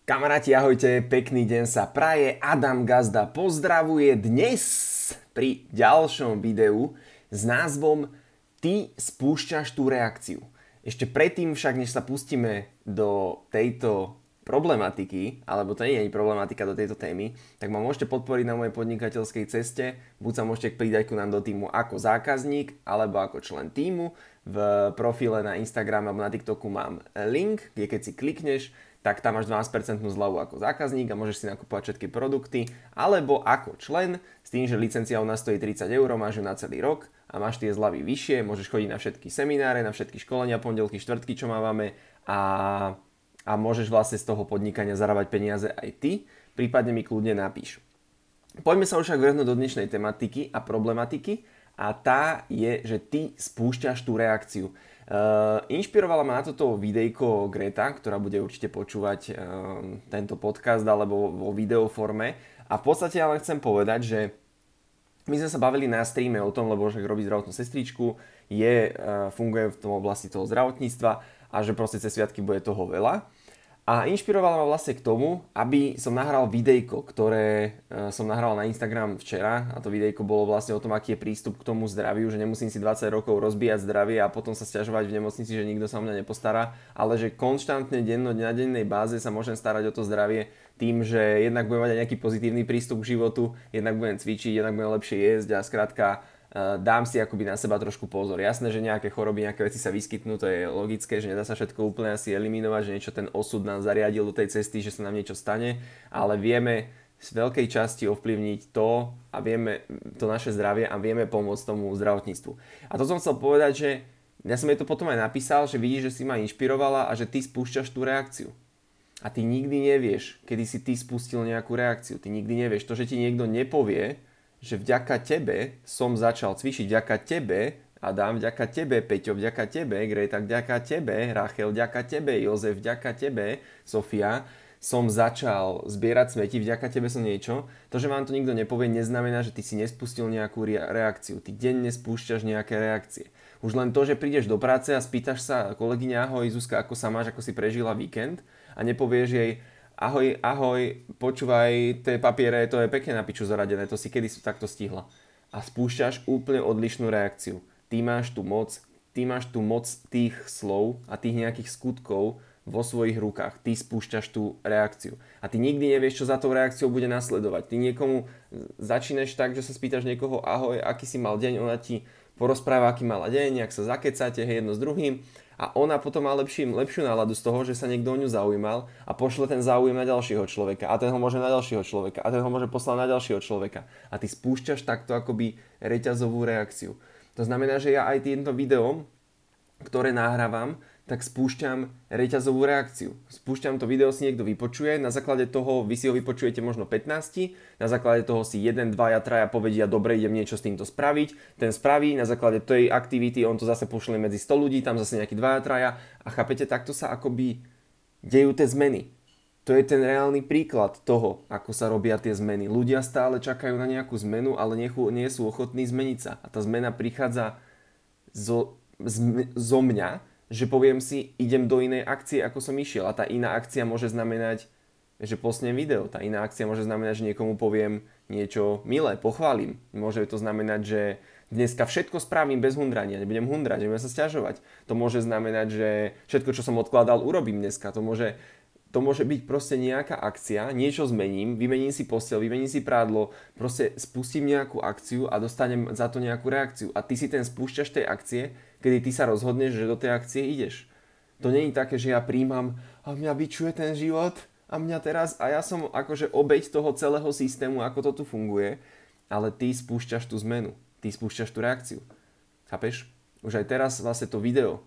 Kamaráti, ahojte, pekný deň sa praje, Adam Gazda pozdravuje dnes pri ďalšom videu s názvom Ty spúšťaš tú reakciu. Ešte predtým však, než sa pustíme do tejto problematiky, alebo to nie je problematika do tejto témy, tak ma môžete podporiť na mojej podnikateľskej ceste. Buď sa môžete pridať ku nám do týmu ako zákazník, alebo ako člen týmu. V profile na Instagrame alebo na TikToku mám link, kde keď si klikneš, tak tam máš 12% zľavu ako zákazník a môžeš si nakupovať všetky produkty, alebo ako člen, s tým, že licencia u nás stojí 30 eur, máš ju na celý rok a máš tie zľavy vyššie, môžeš chodiť na všetky semináre, na všetky školenia, pondelky, štvrtky, čo máme a môžeš vlastne z toho podnikania zarábať peniaze aj ty, prípadne mi kľudne napíš. Poďme sa už však vrhnúť do dnešnej tematiky a problematiky a tá je, že ty spúšťaš tú reakciu. Inšpirovala ma na toto videjko Greta, ktorá bude určite počúvať tento podcast alebo vo videoforme. A v podstate ja len chcem povedať, že my sme sa bavili na streame o tom, lebo však robí zdravotnú sestričku, funguje v tom oblasti toho zdravotníctva a že proste cez sviatky bude toho veľa. A inšpirovala ma vlastne k tomu, aby som nahral videjko, ktoré som nahral na Instagram včera. A to videjko bolo vlastne o tom, aký je prístup k tomu zdraviu, že nemusím si 20 rokov rozbíjať zdravie a potom sa sťažovať v nemocnici, že nikto sa o mňa nepostará, ale že konštantne na dennej báze sa môžem starať o to zdravie tým, že jednak budem mať aj nejaký pozitívny prístup k životu, jednak budem cvičiť, jednak budem lepšie jesť a skrátka dám si akoby na seba trošku pozor. Jasné, že nejaké choroby, nejaké veci sa vyskytnú, to je logické, že nedá sa všetko úplne asi eliminovať, že niečo ten osud nám zariadil do tej cesty, že sa nám niečo stane, ale vieme z veľkej časti ovplyvniť to a vieme to naše zdravie a vieme pomôcť tomu zdravotníctvu. A to som chcel povedať, že ja som jej to potom aj napísal, že vidíš, že si ma inšpirovala a že ty spúšťaš tú reakciu. A ty nikdy nevieš, kedy si ty spustil nejakú reakciu. Ty nikdy nevieš. To, že ti niekto nepovie, že vďaka tebe som začal cvičiť, vďaka tebe, Adam, vďaka tebe, Peťo, vďaka tebe, Greta, vďaka tebe, Rachel, vďaka tebe, Jozef, vďaka tebe, Sofia, som začal zbierať smeti, vďaka tebe som niečo. To, že vám to nikto nepovie, neznamená, že ty si nespustil nejakú reakciu. Ty denne spúšťaš nejaké reakcie. Už len to, že prídeš do práce a spýtaš sa kolegyňa, ahoj Zuzka, ako sa máš, ako si prežila víkend a nepovieš jej, ahoj, počúvaj, tie papiere, to je pekne na piču zaradené, to si kedy takto stihla. A spúšťaš úplne odlišnú reakciu. Ty máš tú moc tých slov a tých nejakých skutkov vo svojich rukách. Ty spúšťaš tú reakciu. A ty nikdy nevieš, čo za tou reakciou bude nasledovať. Ty niekomu začínaš tak, že sa spýtaš niekoho, ahoj, aký si mal deň, ona ti porozpráva, aký mala deň, ak sa zakecáte, jedno s druhým. A ona potom má lepšiu náladu z toho, že sa niekto o ňu zaujímal a pošle ten záujem na ďalšieho človeka a ten ho môže na ďalšieho človeka a ten ho môže poslať na ďalšieho človeka. A ty spúšťaš takto akoby reťazovú reakciu. To znamená, že ja aj týmto videom, ktoré nahrávam, tak spúšťam reťazovú reakciu. Spúšťam to video, si niekto vypočuje, na základe toho vy si ho vypočujete možno 15, na základe toho si 1, 2, 3 povedia, dobre, idem niečo s týmto spraviť, ten spraví, na základe tej aktivity on to zase pošle medzi 100 ľudí, tam zase nejakí 2, 3 a chápete, takto sa akoby dejú tie zmeny. To je ten reálny príklad toho, ako sa robia tie zmeny. Ľudia stále čakajú na nejakú zmenu, ale nie sú ochotní zmeniť sa. A tá zmena prichádza zo mňa, že poviem si, idem do inej akcie, ako som išiel. A tá iná akcia môže znamenať, že postnem video. Tá iná akcia môže znamenať, že niekomu poviem niečo milé, pochválim. Môže to znamenať, že dneska všetko spravím bez hundrania, nebudem hundrať, nebudem sa sťažovať. To môže znamenať, že všetko, čo som odkladal, urobím dneska. To môže byť proste nejaká akcia, niečo zmením, vymením si posteľ, vymením si prádlo, proste spustím nejakú akciu a dostanem za to nejakú reakciu. A ty si ten spúšťaš tej akcie, kedy ty sa rozhodneš, že do tej akcie ideš. To nie je také, že ja príjmam a mňa bičuje ten život a mňa teraz a ja som akože obeť toho celého systému, ako to tu funguje, ale ty spúšťaš tú zmenu, ty spúšťaš tú reakciu. Chápeš? Už aj teraz vlastne to video,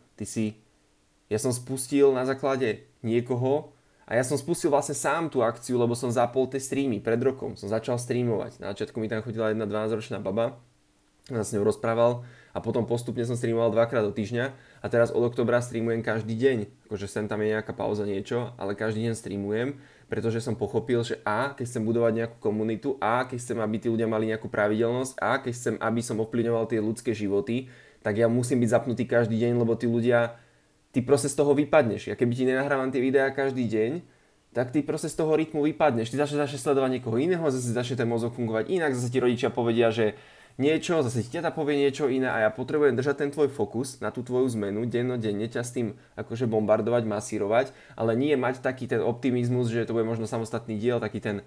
ja som spustil na základe niekoho a ja som spustil vlastne sám tú akciu, lebo som zapol tie streamy pred rokom, som začal streamovať. Na začiatku mi tam chodila jedna 12-ročná baba, ja s ňou rozprával a potom postupne som streamoval 2-krát do týždňa a teraz od oktobra streamujem každý deň. Akože sem tam je nejaká pauza niečo, ale každý deň streamujem, pretože som pochopil, že keď chcem budovať nejakú komunitu, keď chcem, aby tí ľudia mali nejakú pravidelnosť, keď chcem, aby som ovplyvňoval tie ľudské životy, tak ja musím byť zapnutý každý deň, lebo tí ľudia, ty proste z toho vypadneš. Ja keby ti nenahrávam tie videá každý deň, tak ty proste z toho rytmu vypadneš. Ty začneš sledovať niekoho iného, zase začne ten mozog fungovať inak, zase ti rodičia povedia, že niečo, zase ti teta povie niečo iné a ja potrebujem držať ten tvoj fokus na tú tvoju zmenu, dennodenne ťa s tým akože bombardovať, masírovať, ale nie mať taký ten optimizmus, že to bude možno samostatný diel, taký ten,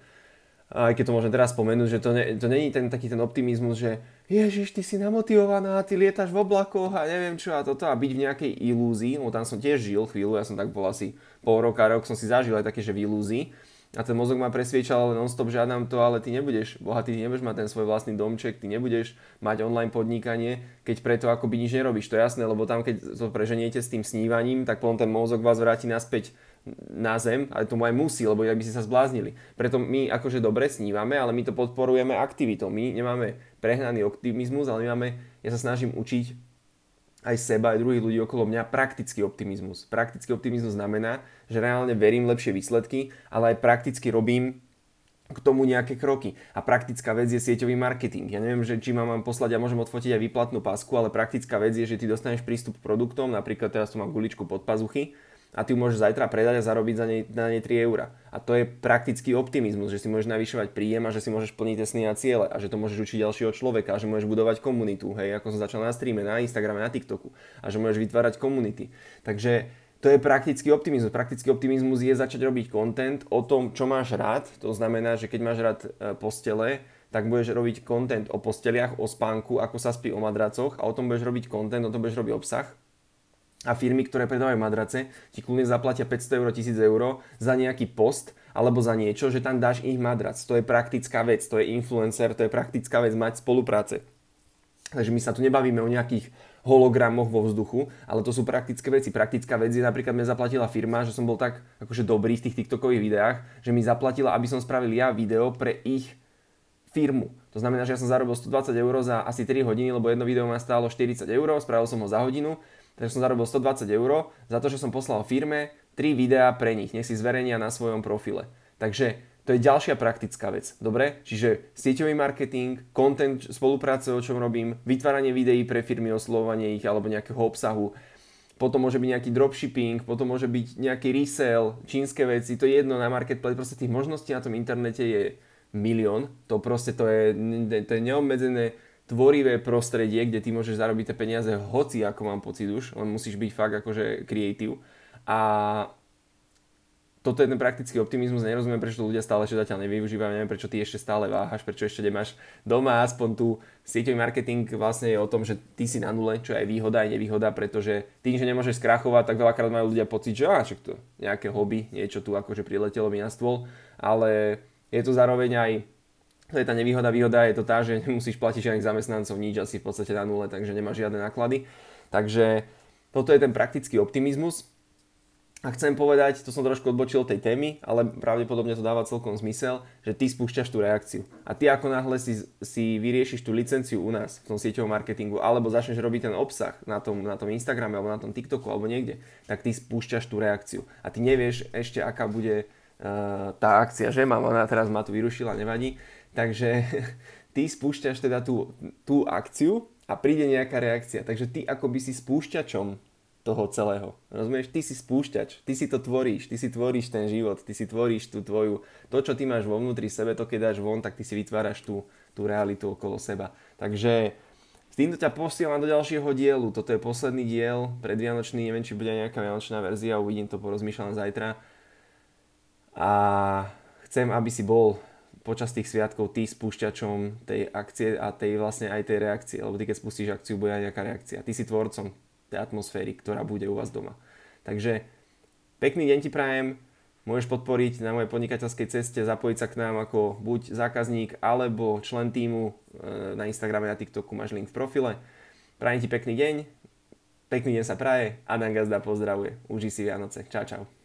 aj keď to môžem teraz spomenúť, že to není ten taký ten optimizmus, že Ježiš, ty si namotivovaná, ty lietaš v oblakoch a neviem čo a toto a byť v nejakej ilúzii, no tam som tiež žil chvíľu, ja som tak bol asi pol roka, rok som si zažil aj také, že v ilúzii. A ten mozog ma presviečal non-stop, žiadam to, ale ty nebudeš bohatý, ty nebudeš mať ten svoj vlastný domček, ty nebudeš mať online podnikanie, keď preto akoby nič nerobíš. To je jasné, lebo tam keď to preženiete s tým snívaním, tak potom ten mozog vás vráti naspäť na zem, ale tomu aj musí, lebo inak by ste sa zbláznili. Preto my akože dobre snívame, ale my to podporujeme aktivitou. My nemáme prehnaný optimizmus, ale ja sa snažím učiť aj seba, aj druhých ľudí okolo mňa praktický optimizmus. Praktický optimizmus znamená, že reálne verím v lepšie výsledky, ale aj prakticky robím k tomu nejaké kroky. A praktická vec je sieťový marketing. Ja neviem, že či mám poslať, ja môžem odfotiť aj výplatnú pásku, ale praktická vec je, že ty dostaneš prístup k produktom, napríklad teraz tu mám guličku pod pazuchy, a ty ju môžeš zajtra predať a zarobiť na nej 3 eurá. A to je praktický optimizmus, že si môžeš navyšovať príjem a že si môžeš plniť tie sny a ciele a že to môžeš učiť ďalšieho človeka a že môžeš budovať komunitu, hej, ako som začal na streame, na Instagrame, na TikToku a že môžeš vytvárať komunity. Takže to je praktický optimizmus. Praktický optimizmus je začať robiť content o tom, čo máš rád. To znamená, že keď máš rád postele, tak budeš robiť content o posteliach, o spánku, ako sa spí, o madracoch a o tom budeš robiť content, o tom budeš robiť obsah. A firmy, ktoré predávajú madrace, ti kľudne zaplatia 500 eur, 1000 eur za nejaký post alebo za niečo, že tam dáš ich madrac. To je praktická vec, to je influencer, to je praktická vec mať spolupráce. Takže my sa tu nebavíme o nejakých hologramoch vo vzduchu, ale to sú praktické veci. Praktická vec je napríklad mňa zaplatila firma, že som bol tak akože dobrý v tých TikTokových videách, že mi zaplatila, aby som spravil ja video pre ich firmu. To znamená, že ja som zarobil 120 eur za asi 3 hodiny, lebo jedno video ma stálo 40 eur, spravil som ho za hodinu. Takže som zarobil 120 eur za to, že som poslal firme 3 videá pre nich, nech si zverejnia na svojom profile. Takže to je ďalšia praktická vec, dobre? Čiže sieťový marketing, content, spolupráce, o čom robím, vytváranie videí pre firmy, oslovovanie ich alebo nejakého obsahu, potom môže byť nejaký dropshipping, potom môže byť nejaký resell, čínske veci, to je jedno na marketplace, proste tých možností na tom internete je milión, to je neobmedzené tvorivé prostredie, kde ty môžeš zarobiť tie peniaze hoci ako mám pocit už, len musíš byť fakt akože creative. A toto je ten praktický optimizmus, nerozumiem, prečo to ľudia stále ešte zatiaľ nevyužívajú, neviem, prečo ty ešte stále váhaš, prečo ešte nemáš doma aspoň tu sieťový marketing vlastne je o tom, že ty si na nule, čo je aj výhoda, aj nevýhoda, pretože tým, že nemôžeš skrachovať, tak veľakrát majú ľudia pocit, že však to nejaké hobby, niečo tu akože priletelo mi na stôl, ale je to zároveň aj to je tá nevýhoda, výhoda je to tá, že nemusíš platiť žiadnych zamestnancov, nič, asi v podstate na nule, takže nemáš žiadne náklady. Takže toto je ten praktický optimizmus. A chcem povedať, to som trošku odbočil tej témy, ale pravdepodobne to dáva celkom zmysel, že ty spúšťaš tú reakciu. A ty ako náhle si vyriešiš tú licenciu u nás v tom sieťovom marketingu, alebo začneš robiť ten obsah na tom Instagrame alebo na tom TikToku alebo niekde, tak ty spúšťaš tú reakciu. A ty nevieš ešte, aká bude tá akcia, že ona teraz ma tu vyrušila, nevadí. Takže ty spúšťaš teda tú akciu a príde nejaká reakcia. Takže ty akoby si spúšťačom toho celého. Rozumieš? Ty si spúšťač, ty si to tvoríš, ty si tvoríš ten život, ty si tvoríš to, čo ty máš vo vnútri sebe, to keď dáš von, tak ty si vytváraš tú realitu okolo seba. Takže s týmto ťa posielam do ďalšieho dielu. Toto je posledný diel, predvianočný, neviem, či bude nejaká vianočná verzia, uvidím to, porozmýšľam zajtra. A chcem, aby si bol počas tých sviatkov ty spúšťačom tej akcie a tej vlastne aj tej reakcie, lebo ty keď spustíš akciu, bude aj nejaká reakcia. Ty si tvorcom tej atmosféry, ktorá bude u vás doma. Takže pekný deň ti prajem, môžeš podporiť na mojej podnikateľskej ceste, zapojiť sa k nám ako buď zákazník alebo člen tímu na Instagrame, na TikToku, máš link v profile. Prajem ti pekný deň sa praje, Adam Gazda pozdravuje, uži si Vianoce, čau čau.